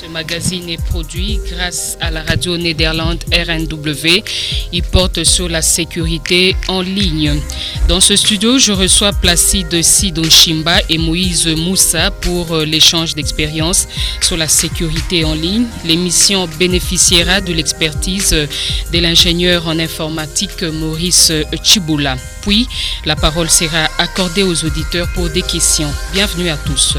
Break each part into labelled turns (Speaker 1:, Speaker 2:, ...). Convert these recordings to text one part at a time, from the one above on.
Speaker 1: magazine est produit grâce à la radio néerlande RNW. Il porte sur la sécurité en ligne. Dans ce studio, je reçois Placide Sidonchimba et Moïse Moussa pour l'échange d'expériences sur la sécurité en ligne. L'émission bénéficiera de l'expertise de l'ingénieur en informatique Maurice Chiboula. Puis, la parole sera accordée aux auditeurs pour des questions. Bienvenue à tous.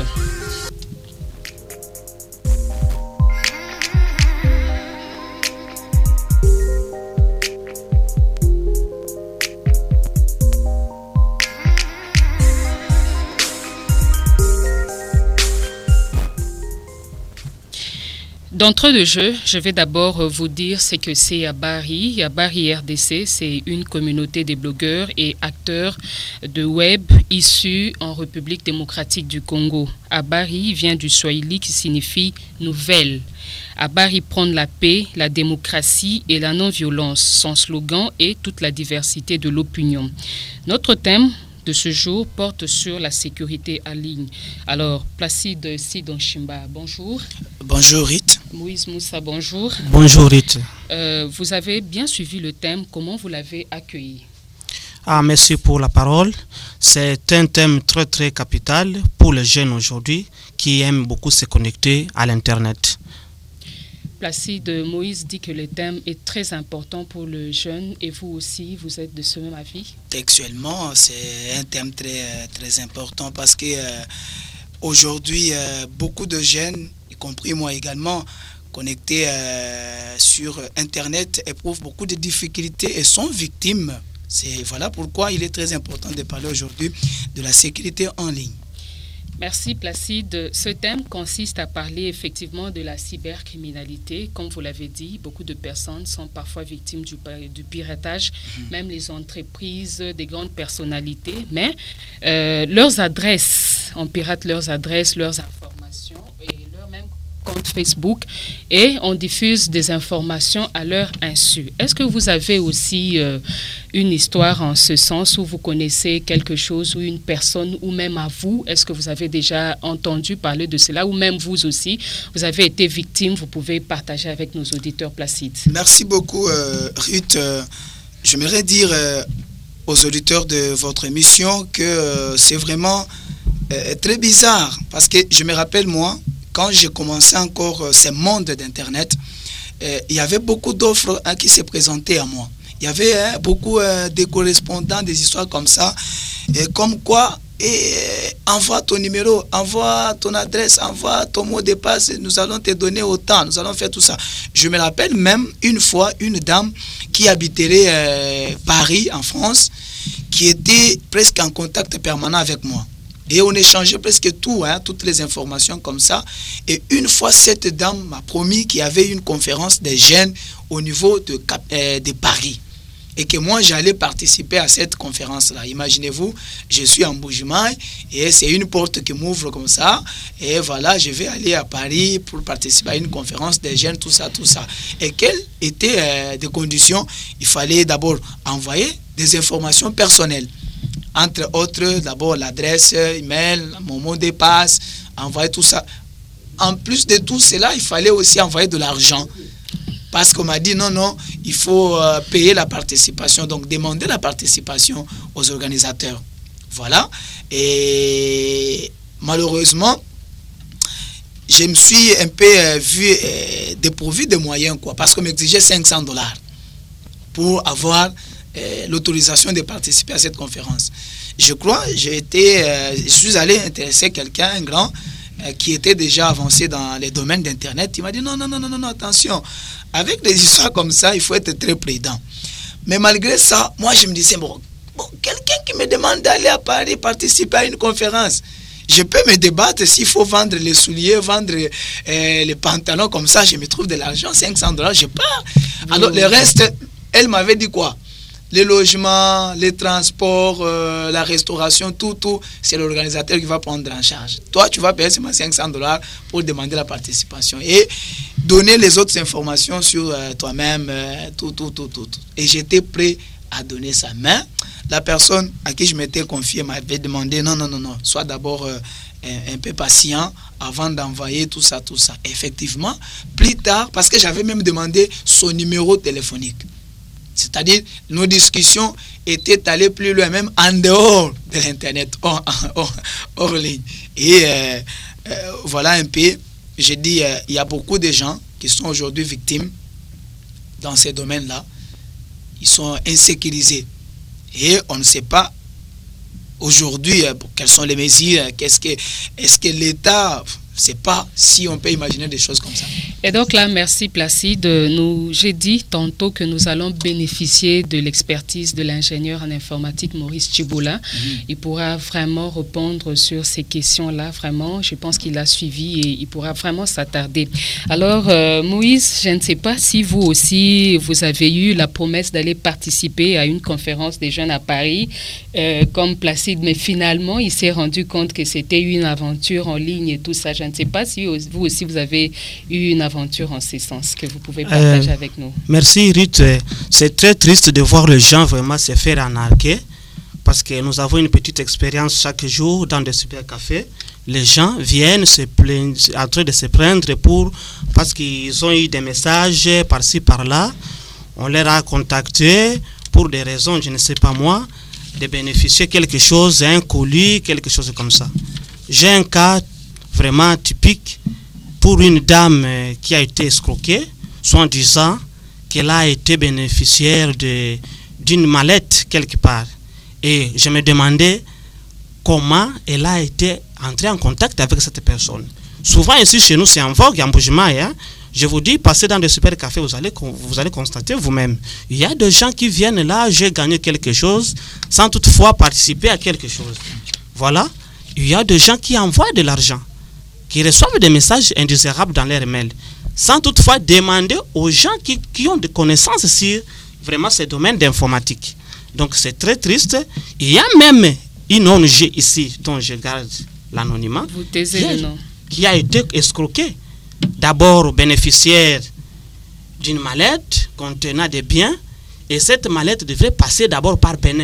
Speaker 1: D'entrée de jeu, je vais d'abord vous dire ce que c'est Habari. Habari RDC, c'est une communauté de blogueurs et acteurs de web issus en République démocratique du Congo. Habari vient du Swahili qui signifie nouvelle. Habari prône la paix, la démocratie et la non-violence. Son slogan est toute la diversité de l'opinion. Notre thème de ce jour porte sur la sécurité en ligne. Alors, Placide Sidonchimba, bonjour.
Speaker 2: Bonjour Rit.
Speaker 1: Moïse Moussa, bonjour.
Speaker 2: Bonjour Rit.
Speaker 1: Vous avez bien suivi le thème, comment vous l'avez accueilli?
Speaker 2: Merci pour la parole. C'est un thème très très capital pour les jeunes aujourd'hui qui aiment beaucoup se connecter à l'Internet.
Speaker 1: Placide, Moïse dit que le thème est très important pour le jeune et vous aussi, vous êtes de ce même avis?
Speaker 3: Textuellement, c'est un thème très, très important parce que aujourd'hui, beaucoup de jeunes, y compris moi également, connectés sur Internet, éprouvent beaucoup de difficultés et sont victimes. Voilà pourquoi il est très important de parler aujourd'hui de la sécurité en ligne.
Speaker 1: Merci Placide. Ce thème consiste à parler effectivement de la cybercriminalité. Comme vous l'avez dit, beaucoup de personnes sont parfois victimes du piratage, même les entreprises, des grandes personnalités. Mais leurs adresses, on pirate leurs adresses, leurs informations et leur même compte Facebook et on diffuse des informations à leur insu. Est-ce que vous avez aussi une histoire en ce sens où vous connaissez quelque chose ou une personne ou même à vous, est-ce que vous avez déjà entendu parler de cela ou même vous aussi, vous avez été victime, vous pouvez partager avec nos auditeurs Placide.
Speaker 3: Merci beaucoup Ruth. J'aimerais dire aux auditeurs de votre émission que c'est vraiment très bizarre parce que je me rappelle moi, quand j'ai commencé encore ce monde d'Internet, il y avait beaucoup d'offres qui se présentaient à moi. Il y avait beaucoup de correspondants, des histoires comme ça, comme quoi, envoie ton numéro, envoie ton adresse, envoie ton mot de passe, nous allons te donner autant, nous allons faire tout ça. Je me rappelle même une fois, une dame qui habitait Paris, en France, qui était presque en contact permanent avec moi. Et on échangeait presque tout, toutes les informations comme ça. Et une fois, cette dame m'a promis qu'il y avait une conférence des jeunes au niveau de Paris. Et que moi, j'allais participer à cette conférence-là. Imaginez-vous, je suis en Bujumaï et c'est une porte qui m'ouvre comme ça. Et voilà, je vais aller à Paris pour participer à une conférence des jeunes, tout ça, tout ça. Et quelles étaient les conditions? Il fallait d'abord envoyer des informations personnelles. Entre autres, d'abord l'adresse, email, mon mot de passe, envoyer tout ça. En plus de tout cela, il fallait aussi envoyer de l'argent. Parce qu'on m'a dit non, il faut payer la participation. Donc, demander la participation aux organisateurs. Voilà. Et malheureusement, je me suis un peu vu dépourvu de moyens, quoi. Parce qu'on m'exigeait $500 pour avoir l'autorisation de participer à cette conférence. Je crois, je suis allé intéresser quelqu'un, un grand, qui était déjà avancé dans les domaines d'Internet. Il m'a dit non, attention, avec des histoires comme ça, il faut être très prudent. Mais malgré ça, moi je me disais, bon quelqu'un qui me demande d'aller à Paris participer à une conférence, je peux me débattre s'il faut vendre les souliers, vendre les pantalons comme ça, je me trouve de l'argent, $500, je pars. Alors le reste, elle m'avait dit quoi? Les logements, les transports, la restauration, tout, c'est l'organisateur qui va prendre en charge. Toi, tu vas payer seulement $500 pour demander la participation et donner les autres informations sur toi-même, tout. Et j'étais prêt à donner ça. Mais la personne à qui je m'étais confié m'avait demandé non, sois d'abord un peu patient avant d'envoyer tout ça. Effectivement, plus tard, parce que j'avais même demandé son numéro téléphonique. C'est-à-dire, nos discussions étaient allées plus loin, même en dehors de l'Internet, hors ligne. Et voilà un peu, j'ai dit, il y a beaucoup de gens qui sont aujourd'hui victimes dans ces domaines-là. Ils sont insécurisés. Et on ne sait pas aujourd'hui quelles sont les mesures, est-ce que l'État... Je ne sais pas si on peut imaginer des choses comme ça.
Speaker 1: Et donc là, merci Placide. J'ai dit tantôt que nous allons bénéficier de l'expertise de l'ingénieur en informatique Maurice Tchiboula. Il pourra vraiment répondre sur ces questions-là. Vraiment, je pense qu'il a suivi et il pourra vraiment s'attarder. Alors, Moïse, je ne sais pas si vous aussi, vous avez eu la promesse d'aller participer à une conférence des jeunes à Paris, comme Placide, mais finalement, il s'est rendu compte que c'était une aventure en ligne et tout ça. Je ne sais pas si vous aussi, vous avez eu une aventure en ce sens que vous pouvez partager avec nous.
Speaker 2: Merci Ruth. C'est très triste de voir les gens vraiment se faire arnaquer parce que nous avons une petite expérience chaque jour dans des supercafés. Les gens viennent se plaindre, en train de se plaindre parce qu'ils ont eu des messages par-ci, par-là. On les a contactés pour des raisons, je ne sais pas moi, de bénéficier quelque chose, un colis, quelque chose comme ça. J'ai un cas vraiment typique pour une dame qui a été escroquée, soit en disant qu'elle a été bénéficiaire d'une mallette quelque part. Et je me demandais comment elle a été entrée en contact avec cette personne. Souvent ici chez nous, c'est en vogue, en Bujumaï. Je vous dis, passez dans des supercafés, vous allez constater vous-même. Il y a des gens qui viennent là, j'ai gagné quelque chose, sans toutefois participer à quelque chose. Voilà. Il y a des gens qui envoient de l'argent, qui reçoivent des messages indésirables dans leur mail, sans toutefois demander aux gens qui ont des connaissances sur vraiment ces domaines d'informatique. Donc c'est très triste. Il y a même une ONG ici, dont je garde l'anonymat, qui a été escroquée. D'abord bénéficiaire d'une mallette contenant des biens, et cette mallette devrait passer d'abord par Bénin.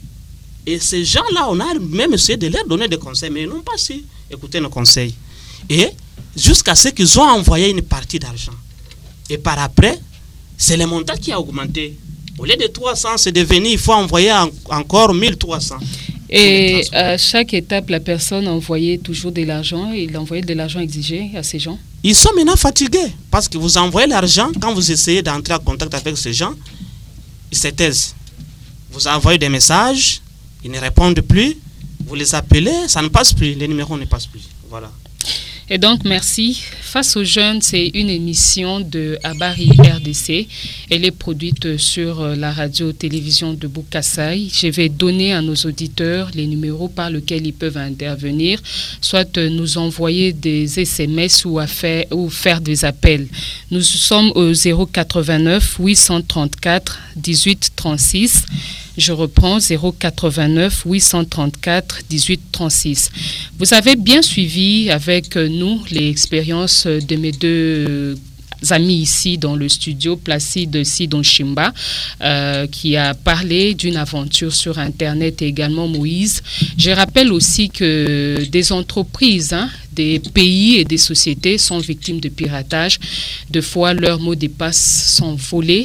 Speaker 2: Et ces gens-là, on a même essayé de leur donner des conseils, mais ils n'ont pas su écouter nos conseils. Et jusqu'à ce qu'ils ont envoyé une partie d'argent. Et par après, c'est le montant qui a augmenté. Au lieu de 300, c'est devenu, il faut envoyer encore 1300.
Speaker 1: Et à chaque étape, la personne envoyait toujours de l'argent. Il envoyait de l'argent exigé à ces gens.
Speaker 2: Ils sont maintenant fatigués parce que vous envoyez l'argent. Quand vous essayez d'entrer en contact avec ces gens, ils se taisent. Vous envoyez des messages, ils ne répondent plus. Vous les appelez, ça ne passe plus. Les numéros ne passent plus. Voilà.
Speaker 1: Et donc, merci. Face aux jeunes, c'est une émission de Habari RDC. Elle est produite sur la radio-télévision de Bukasai. Je vais donner à nos auditeurs les numéros par lesquels ils peuvent intervenir, soit nous envoyer des SMS ou faire des appels. Nous sommes au 089 834 18 36. Je reprends 089 834 18 36. Vous avez bien suivi avec nous l'expérience de mes deux amis ici dans le studio, Placide Sidon Chimba, qui a parlé d'une aventure sur Internet, et également Moïse. Je rappelle aussi que des entreprises, des pays et des sociétés sont victimes de piratage. Deux fois, leurs mots de passe sont volés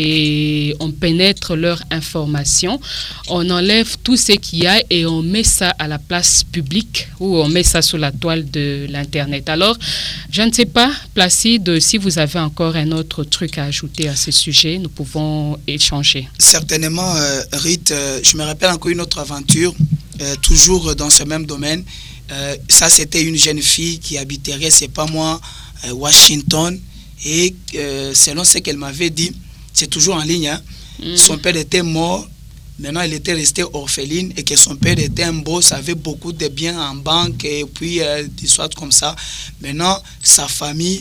Speaker 1: et on pénètre leur information, on enlève tout ce qu'il y a et on met ça à la place publique ou on met ça sur la toile de l'Internet. Alors, je ne sais pas, Placide, si vous avez encore un autre truc à ajouter à ce sujet, nous pouvons échanger.
Speaker 3: Certainement, Ruth, je me rappelle encore une autre aventure, toujours dans ce même domaine. Ça, c'était une jeune fille qui habiterait, c'est pas moi, Washington, et selon ce qu'elle m'avait dit, c'est toujours en ligne. Son père était mort. Maintenant, elle était restée orpheline et que son père était un boss, avait beaucoup de biens en banque et puis des histoires comme ça. Maintenant, sa famille,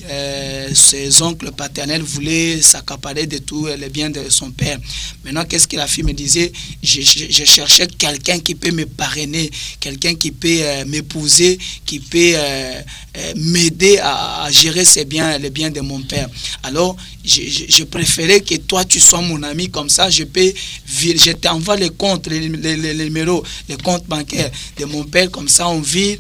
Speaker 3: ses oncles paternels voulaient s'accaparer de tous les biens de son père. Maintenant, qu'est-ce que la fille me disait? Je cherchais quelqu'un qui peut me parrainer, quelqu'un qui peut m'épouser, qui peut m'aider à gérer ces biens, les biens de mon père. Alors, je préférais que toi, tu sois mon ami, comme ça, je t'envoie j'envoie les comptes, les numéros, les comptes bancaires de mon père, comme ça on vire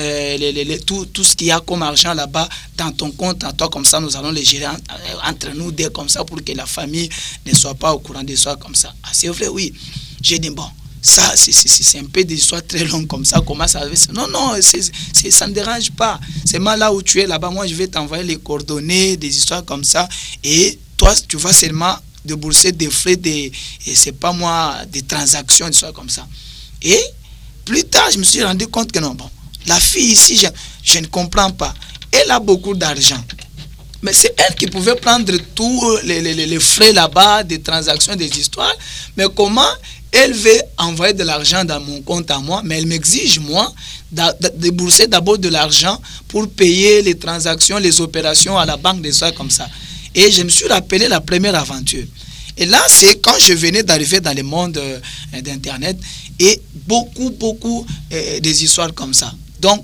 Speaker 3: tout ce qu'il y a comme argent là-bas dans ton compte à toi, comme ça nous allons les gérer entre nous deux, comme ça, pour que la famille ne soit pas au courant des soins comme ça. Ah, c'est vrai, oui. J'ai dit, bon, ça, c'est un peu des histoires très longues comme ça. Comment ça va? Non, ça ne dérange pas. C'est mal là où tu es là-bas. Moi, je vais t'envoyer les coordonnées, des histoires comme ça. Et toi, tu vas seulement débourser des frais, et c'est pas moi, des transactions, des histoires comme ça. Et plus tard, je me suis rendu compte que non, bon, la fille ici, je ne comprends pas. Elle a beaucoup d'argent. Mais c'est elle qui pouvait prendre tous les frais là-bas, des transactions, des histoires. Mais comment elle veut envoyer de l'argent dans mon compte à moi, mais elle m'exige, moi, de débourser d'abord de l'argent pour payer les transactions, les opérations à la banque, des soins comme ça. Et je me suis rappelé la première aventure. Et là, c'est quand je venais d'arriver dans le monde d'Internet, et beaucoup des histoires comme ça. Donc,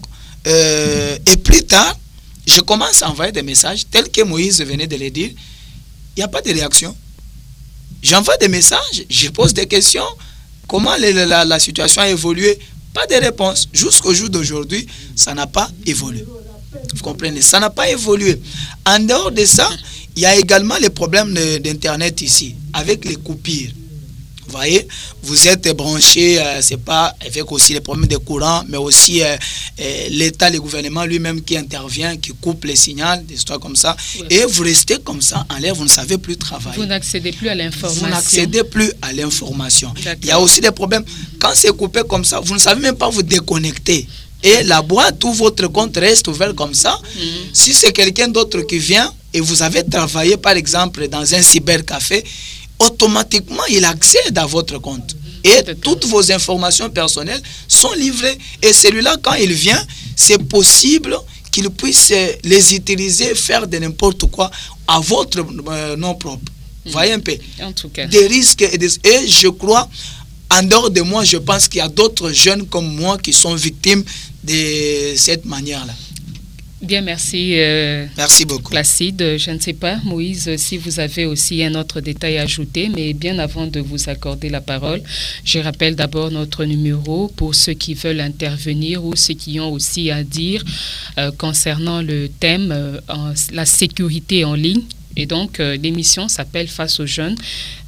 Speaker 3: et plus tard, je commence à envoyer des messages tels que Moïse venait de le dire. Il n'y a pas de réaction. J'envoie des messages, je pose des questions. Comment la situation a évolué? Pas de réponse. Jusqu'au jour d'aujourd'hui, ça n'a pas évolué. Vous comprenez? Ça n'a pas évolué. En dehors de ça, il y a également les problèmes d'Internet ici, avec les coupures. Vous voyez, vous êtes branché, c'est pas avec aussi les problèmes de courant, mais aussi l'État, le gouvernement lui-même qui intervient, qui coupe les signaux, des histoires comme ça, et vous restez comme ça en l'air, vous ne savez plus travailler.
Speaker 1: Vous n'accédez plus à l'information.
Speaker 3: Vous n'accédez plus à l'information. Il y a aussi des problèmes, quand c'est coupé comme ça, vous ne savez même pas vous déconnecter. Et la boîte ou votre compte reste ouvert comme ça. Si c'est quelqu'un d'autre qui vient et vous avez travaillé par exemple dans un cybercafé, automatiquement il accède à votre compte. Et toutes vos informations personnelles sont livrées. Et celui-là, quand il vient, c'est possible qu'il puisse les utiliser, faire de n'importe quoi à votre nom propre. Vous voyez un peu?
Speaker 1: En tout cas.
Speaker 3: Des risques. Et je crois, en dehors de moi, je pense qu'il y a d'autres jeunes comme moi qui sont victimes de cette manière-là.
Speaker 1: Bien, merci.
Speaker 3: Merci beaucoup.
Speaker 1: Placide, je ne sais pas, Moïse, si vous avez aussi un autre détail à ajouter, mais bien avant de vous accorder la parole, je rappelle d'abord notre numéro pour ceux qui veulent intervenir ou ceux qui ont aussi à dire concernant le thème la sécurité en ligne. Et donc, l'émission s'appelle Face aux jeunes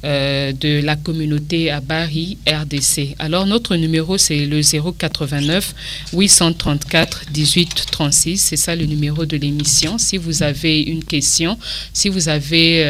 Speaker 1: de la communauté Abari RDC. Alors, notre numéro, c'est le 089 834 18 36. C'est ça le numéro de l'émission. Si vous avez une question, si vous avez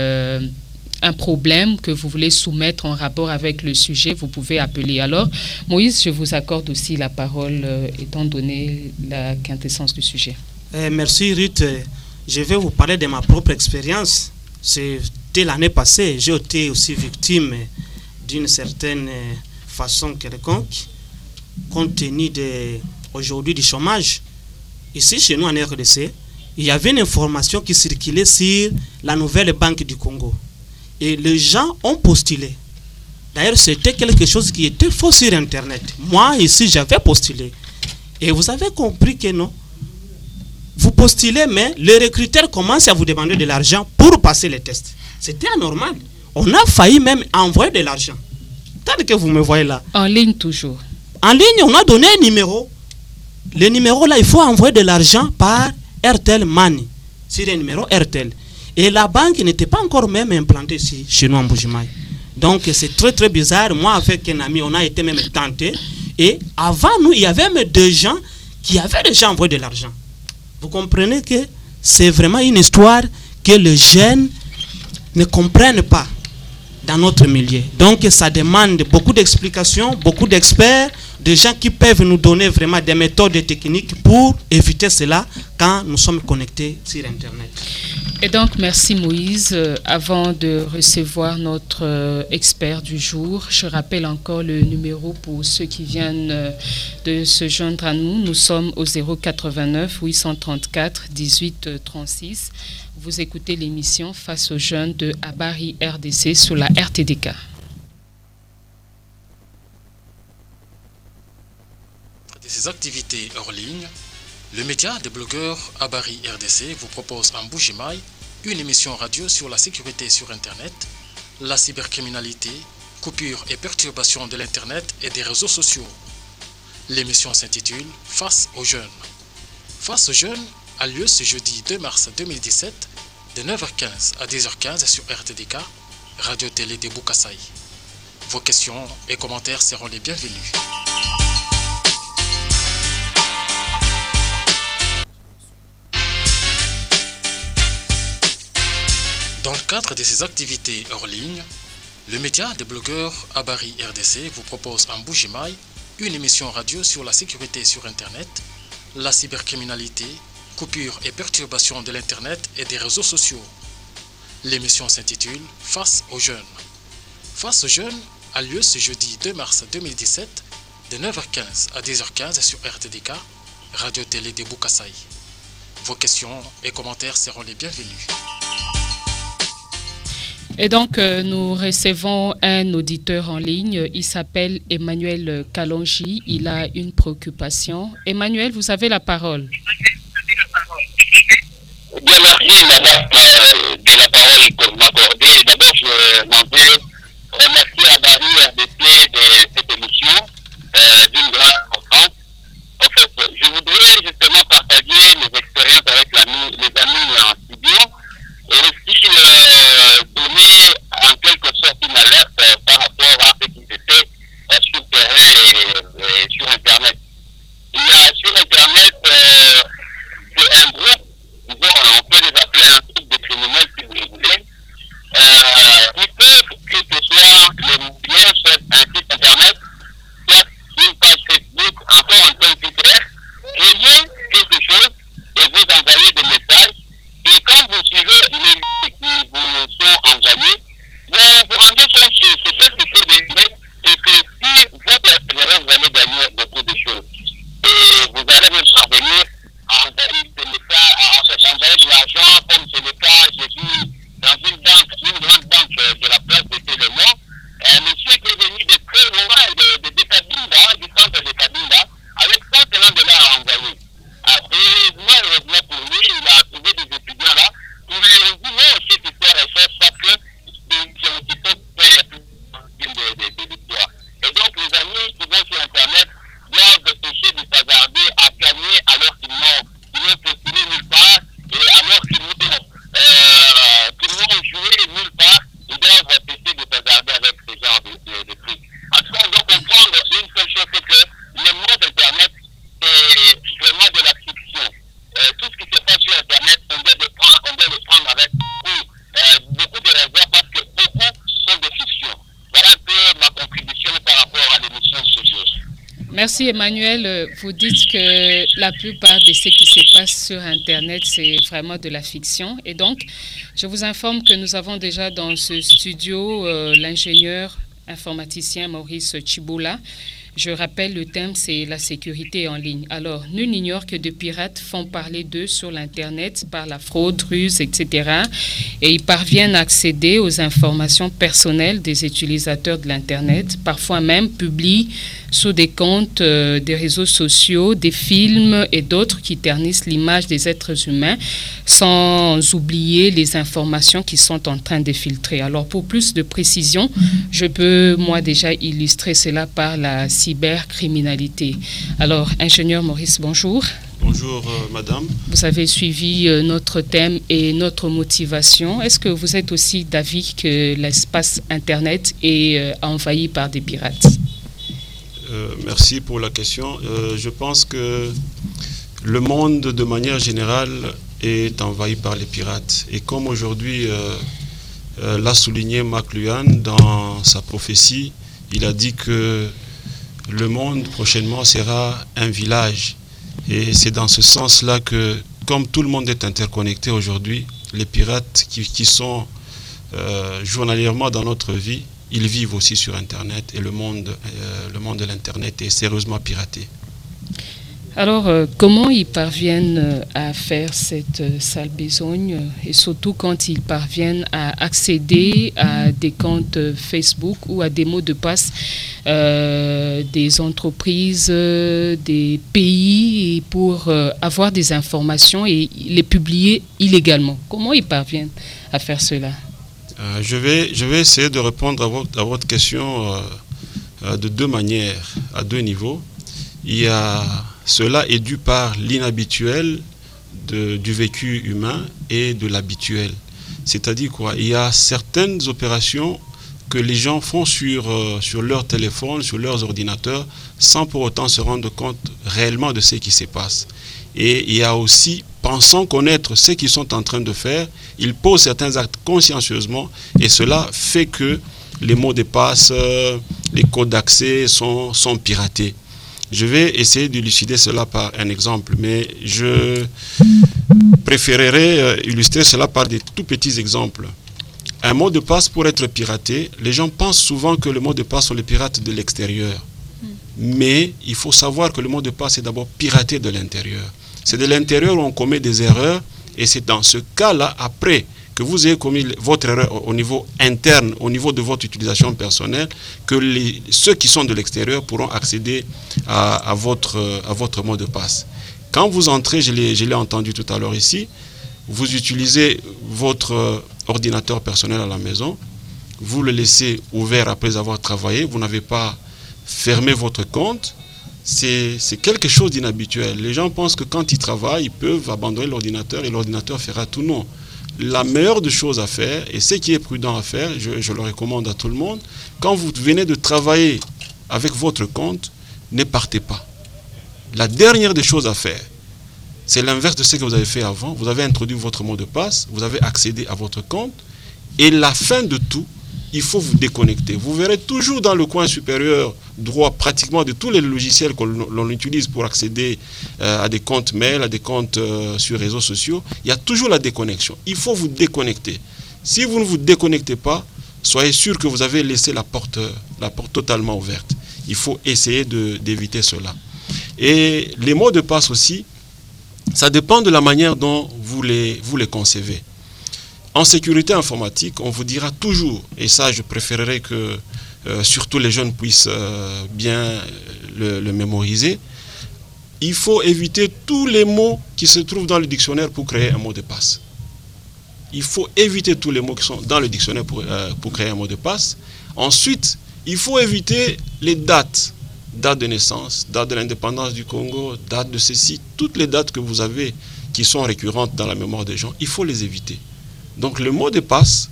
Speaker 1: un problème que vous voulez soumettre en rapport avec le sujet, vous pouvez appeler. Alors, Moïse, je vous accorde aussi la parole, étant donné la quintessence du sujet.
Speaker 2: Merci, Ruth. Je vais vous parler de ma propre expérience. C'était l'année passée. J'ai été aussi victime d'une certaine façon quelconque, compte tenu aujourd'hui du chômage. Ici, chez nous en RDC, il y avait une information qui circulait sur la nouvelle banque du Congo. Et les gens ont postulé. D'ailleurs, c'était quelque chose qui était faux sur Internet. Moi, ici, j'avais postulé. Et vous avez compris que non. Vous postulez, mais le recruteur commence à vous demander de l'argent pour passer les tests. C'était anormal. On a failli même envoyer de l'argent. Tel que vous me voyez là.
Speaker 1: En ligne toujours.
Speaker 2: En ligne, on a donné un numéro. Le numéro là, il faut envoyer de l'argent par Airtel Money. C'est le numéro Airtel. Et la banque n'était pas encore même implantée ici, chez nous en Mbuji-Mayi. Donc c'est très très bizarre. Moi avec un ami, on a été même tentés. Et avant nous, il y avait même des gens qui avaient déjà envoyé de l'argent. Vous comprenez que c'est vraiment une histoire que les jeunes ne comprennent pas dans notre milieu. Donc ça demande beaucoup d'explications, beaucoup d'experts, de gens qui peuvent nous donner vraiment des méthodes et techniques pour éviter cela quand nous sommes connectés sur Internet.
Speaker 1: Et donc, merci Moïse. Avant de recevoir notre expert du jour, je rappelle encore le numéro pour ceux qui viennent de se joindre à nous. Nous sommes au 089 834 18 36. Vous écoutez l'émission Face aux jeunes de Abari RDC sur la RTDK.
Speaker 4: De ces activités hors ligne, le média des blogueurs Abari RDC vous propose en Mbuji-Mayi une émission radio sur la sécurité sur Internet, la cybercriminalité, coupures et perturbations de l'Internet et des réseaux sociaux. L'émission s'intitule Face aux jeunes. Face aux jeunes a lieu ce jeudi 2 mars 2017 de 9h15 à 10h15 sur RTDK, Radio-Télé de Boukasaï. Vos questions et commentaires seront les bienvenus. Dans le cadre de ces activités hors ligne, le média des blogueurs Abari RDC vous propose en Bujimaï une émission radio sur la sécurité sur Internet, la cybercriminalité, coupures et perturbations de l'Internet et des réseaux sociaux. L'émission s'intitule Face aux jeunes. Face aux jeunes a lieu ce jeudi 2 mars 2017 de 9h15 à 10h15 sur RTDK, Radio-Télé de Boukasaï. Vos questions et commentaires seront les bienvenus.
Speaker 1: Et donc, nous recevons un auditeur en ligne. Il s'appelle Emmanuel Kalonji. Il a une préoccupation. Emmanuel, vous avez la parole.
Speaker 5: Bien, merci, madame, de la parole que vous m'accordez. D'abord, je m'en vais remercier Abari RDC de cette émission d'une grande importance. En fait, je voudrais justement partager mes expériences avec les amis en studio et aussi donner en quelque sorte une alerte par rapport à ce qui se fait sur le terrain et sur Internet. Il y a sur Internet un groupe, disons, on peut les appeler un groupe de criminels si vous voulez, qui peuvent, que ce soit le lien sur un site Internet, soit une page Facebook, encore un compte Twitter, créer quelque chose et vous envoyer des messages. Et quand vous suivez les liens qui vous sont envoyés, vous vous rendez compte que c'est quelque chose de vrai et que si vous persévérez, vous allez gagner beaucoup de choses. Et vous allez même parvenir à envoyer des messages, à envoyer de l'argent, comme c'est le cas, j'ai vu dans une banque, une grande banque de la place de Télémont, un monsieur qui est venu de très loin, de Kabinda, du centre de Kabinda, avec 150 $ à envoyer. Après, malheureusement pour lui, il a trouvé des étudiants là, qui lui ont dit non, cette histoire est fausse parce que c'est un petit peu de l'histoire. Et donc, les amis qui vont sur Internet doivent essayer de s'hasarder à gagner alors qu'ils n'ont postulé nulle part et alors qu'ils n'ont joué nulle part, ils doivent essayer de s'hasarder avec ce genre de trucs. En tout cas, on doit comprendre une seule chose, c'est que le monde Internet est vraiment de la fiction. Tout ce qui se passe sur Internet, on doit le prendre avec beaucoup de réserve parce que beaucoup sont de fiction. Voilà un peu ma contribution par rapport à l'émission de ce jour.
Speaker 1: Merci Emmanuel. Vous dites que la plupart de ce qui se passe sur Internet, c'est vraiment de la fiction. Et donc, je vous informe que nous avons déjà dans ce studio l'ingénieur informaticien Maurice Chiboula. Je rappelle, le thème, c'est la sécurité en ligne. Alors, nul n'ignore que des pirates font parler d'eux sur l'Internet par la fraude, ruse, etc. Et ils parviennent à accéder aux informations personnelles des utilisateurs de l'Internet, parfois même publient sous des comptes des réseaux sociaux, des films et d'autres qui ternissent l'image des êtres humains, sans oublier les informations qui sont en train de filtrer. Alors, pour plus de précision, je peux, moi, déjà illustrer cela par la cybercriminalité. Alors, ingénieur Maurice, bonjour.
Speaker 6: Bonjour, madame.
Speaker 1: Vous avez suivi notre thème et notre motivation. Est-ce que vous êtes aussi d'avis que l'espace Internet est envahi par des pirates?
Speaker 6: Merci pour la question. Je pense que le monde, de manière générale, est envahi par les pirates. Et comme aujourd'hui l'a souligné McLuhan dans sa prophétie, il a dit que le monde prochainement sera un village. Et c'est dans ce sens-là que, comme tout le monde est interconnecté aujourd'hui, les pirates qui sont journalièrement dans notre vie, ils vivent aussi sur Internet et le monde de l'Internet est sérieusement piraté.
Speaker 1: Alors, comment ils parviennent à faire cette sale besogne et surtout quand ils parviennent à accéder à des comptes Facebook ou à des mots de passe des entreprises, des pays pour avoir des informations et les publier illégalement? Comment ils parviennent à faire cela?
Speaker 6: Je vais essayer de répondre à votre question de deux manières, à deux niveaux. Cela est dû par l'inhabituel du vécu humain et de l'habituel. C'est-à-dire quoi? Il y a certaines opérations que les gens font sur leur téléphone, sur leurs ordinateurs, sans pour autant se rendre compte réellement de ce qui se passe. Et il y a aussi, pensant connaître ce qu'ils sont en train de faire, ils posent certains actes consciencieusement, et cela fait que les mots de passe, les codes d'accès sont piratés. Je vais essayer d'élucider cela par un exemple, mais je préférerais illustrer cela par des tout petits exemples. Un mot de passe pour être piraté, les gens pensent souvent que le mot de passe sont les pirates de l'extérieur. Mais il faut savoir que le mot de passe est d'abord piraté de l'intérieur. C'est de l'intérieur où on commet des erreurs, et c'est dans ce cas-là, après que vous ayez commis votre erreur au niveau interne, au niveau de votre utilisation personnelle, que ceux qui sont de l'extérieur pourront accéder à votre mot de passe. Quand vous entrez, je l'ai entendu tout à l'heure ici, vous utilisez votre ordinateur personnel à la maison, vous le laissez ouvert après avoir travaillé, vous n'avez pas fermé votre compte, c'est quelque chose d'inhabituel. Les gens pensent que quand ils travaillent, ils peuvent abandonner l'ordinateur et l'ordinateur fera tout. Non. La meilleure des choses à faire, et ce qui est prudent à faire, je le recommande à tout le monde, quand vous venez de travailler avec votre compte, ne partez pas. La dernière des choses à faire, c'est l'inverse de ce que vous avez fait avant. Vous avez introduit votre mot de passe, vous avez accédé à votre compte, et la fin de tout, il faut vous déconnecter. Vous verrez toujours dans le coin supérieur droit pratiquement de tous les logiciels que l'on utilise pour accéder à des comptes mail, à des comptes sur réseaux sociaux, il y a toujours la déconnexion. Il faut vous déconnecter. Si vous ne vous déconnectez pas, soyez sûr que vous avez laissé la porte totalement ouverte. Il faut essayer d'éviter cela. Et les mots de passe aussi, ça dépend de la manière dont vous les concevez. En sécurité informatique, on vous dira toujours, et ça je préférerais que surtout les jeunes puissent bien le mémoriser, il faut éviter tous les mots qui se trouvent dans le dictionnaire pour créer un mot de passe. Il faut éviter tous les mots qui sont dans le dictionnaire pour créer un mot de passe. Ensuite, il faut éviter les dates. Date de naissance, date de l'indépendance du Congo, date de ceci, toutes les dates que vous avez qui sont récurrentes dans la mémoire des gens, il faut les éviter. Donc le mot de passe,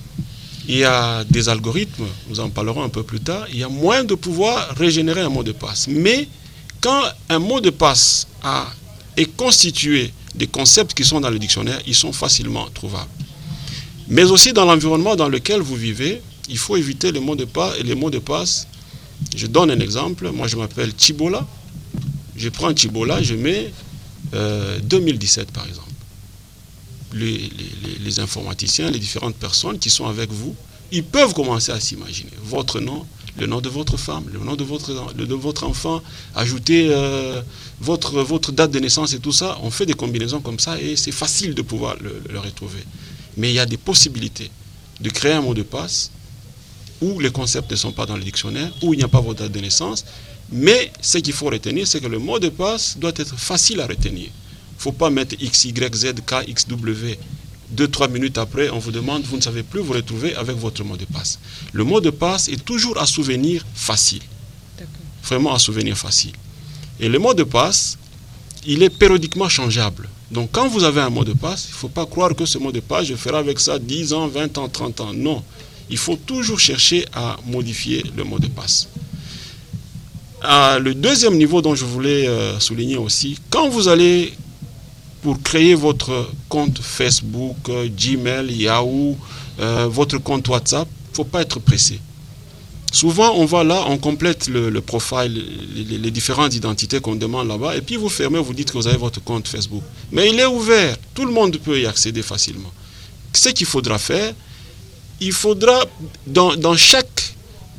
Speaker 6: il y a des algorithmes, nous en parlerons un peu plus tard, il y a moyen de pouvoir régénérer un mot de passe. Mais quand un mot de passe est constitué des concepts qui sont dans le dictionnaire, ils sont facilement trouvables. Mais aussi dans l'environnement dans lequel vous vivez, il faut éviter les mots de passe et les mots de passe. Je donne un exemple, moi je m'appelle Chibola, je prends Chibola, je mets 2017 par exemple. Les informaticiens, les différentes personnes qui sont avec vous, ils peuvent commencer à s'imaginer votre nom, le nom de votre femme, le nom de votre enfant, ajouter votre date de naissance et tout ça. On fait des combinaisons comme ça et c'est facile de pouvoir le retrouver. Mais il y a des possibilités de créer un mot de passe où les concepts ne sont pas dans le dictionnaire, où il n'y a pas votre date de naissance. Mais ce qu'il faut retenir, c'est que le mot de passe doit être facile à retenir. Il ne faut pas mettre X, Y, Z, K, X, W. 2-3 minutes après, on vous demande, vous ne savez plus vous retrouver avec votre mot de passe. Le mot de passe est toujours à souvenir facile. Vraiment à souvenir facile. Et le mot de passe, il est périodiquement changeable. Donc quand vous avez un mot de passe, il ne faut pas croire que ce mot de passe, je ferai avec ça 10 ans, 20 ans, 30 ans. Non. Il faut toujours chercher à modifier le mot de passe. Le deuxième niveau dont je voulais souligner aussi, quand vous allez pour créer votre compte Facebook, Gmail, Yahoo, votre compte WhatsApp, il ne faut pas être pressé. Souvent, on va là, on complète le profil, les différentes identités qu'on demande là-bas, et puis vous fermez, vous dites que vous avez votre compte Facebook. Mais il est ouvert, tout le monde peut y accéder facilement. Ce qu'il faudra faire, il faudra, dans chaque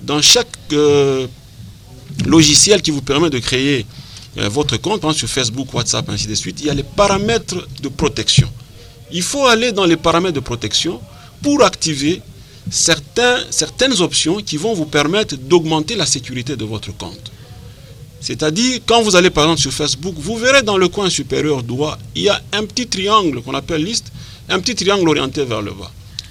Speaker 6: logiciel qui vous permet de créer votre compte, par exemple sur Facebook, WhatsApp, ainsi de suite, il y a les paramètres de protection. Il faut aller dans les paramètres de protection pour activer certaines options qui vont vous permettre d'augmenter la sécurité de votre compte. C'est-à-dire, quand vous allez par exemple sur Facebook, vous verrez dans le coin supérieur droit, il y a un petit triangle qu'on appelle liste, un petit triangle orienté vers le bas.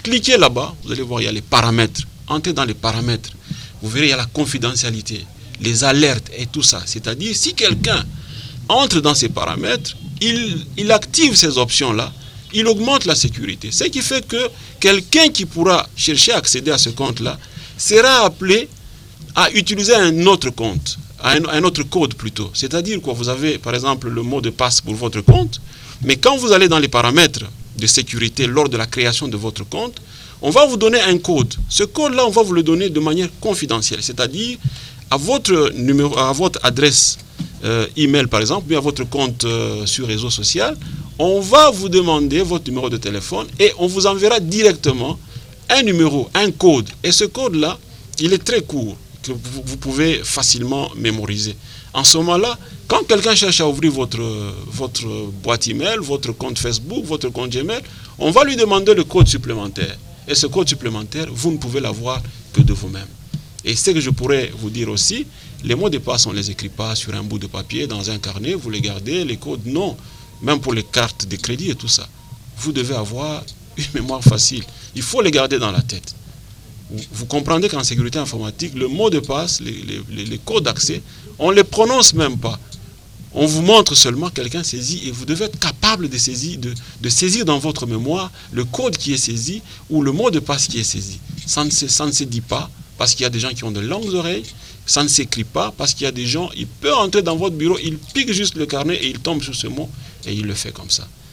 Speaker 6: cliquez là-bas, vous allez voir, il y a les paramètres. Entrez dans les paramètres. Vous verrez, il y a la confidentialité, les alertes et tout ça. C'est-à-dire, si quelqu'un entre dans ces paramètres, il active ces options-là, il augmente la sécurité. Ce qui fait que quelqu'un qui pourra chercher à accéder à ce compte-là sera appelé à utiliser un autre compte, un autre code plutôt. C'est-à-dire que vous avez, par exemple, le mot de passe pour votre compte, mais quand vous allez dans les paramètres de sécurité lors de la création de votre compte, on va vous donner un code. Ce code-là, on va vous le donner de manière confidentielle, c'est-à-dire à votre numéro, à votre adresse email par exemple, ou à votre compte sur réseau social, on va vous demander votre numéro de téléphone et on vous enverra directement un numéro, un code. Et ce code-là, il est très court, que vous pouvez facilement mémoriser. En ce moment-là, quand quelqu'un cherche à ouvrir votre boîte email, votre compte Facebook, votre compte Gmail, on va lui demander le code supplémentaire. Et ce code supplémentaire, vous ne pouvez l'avoir que de vous-même. Et ce que je pourrais vous dire aussi, les mots de passe, on ne les écrit pas sur un bout de papier, dans un carnet, vous les gardez, les codes, non. Même pour les cartes de crédit et tout ça. Vous devez avoir une mémoire facile. Il faut les garder dans la tête. Vous comprenez qu'en sécurité informatique, le mot de passe, les codes d'accès, on ne les prononce même pas. On vous montre seulement, quelqu'un saisit et vous devez être capable de saisir dans votre mémoire le code qui est saisi ou le mot de passe qui est saisi. Ça ne se dit pas parce qu'il y a des gens qui ont de longues oreilles. Ça ne s'écrit pas parce qu'il y a des gens, il peut entrer dans votre bureau, il pique juste le carnet et il tombe sur ce mot et il le fait comme ça.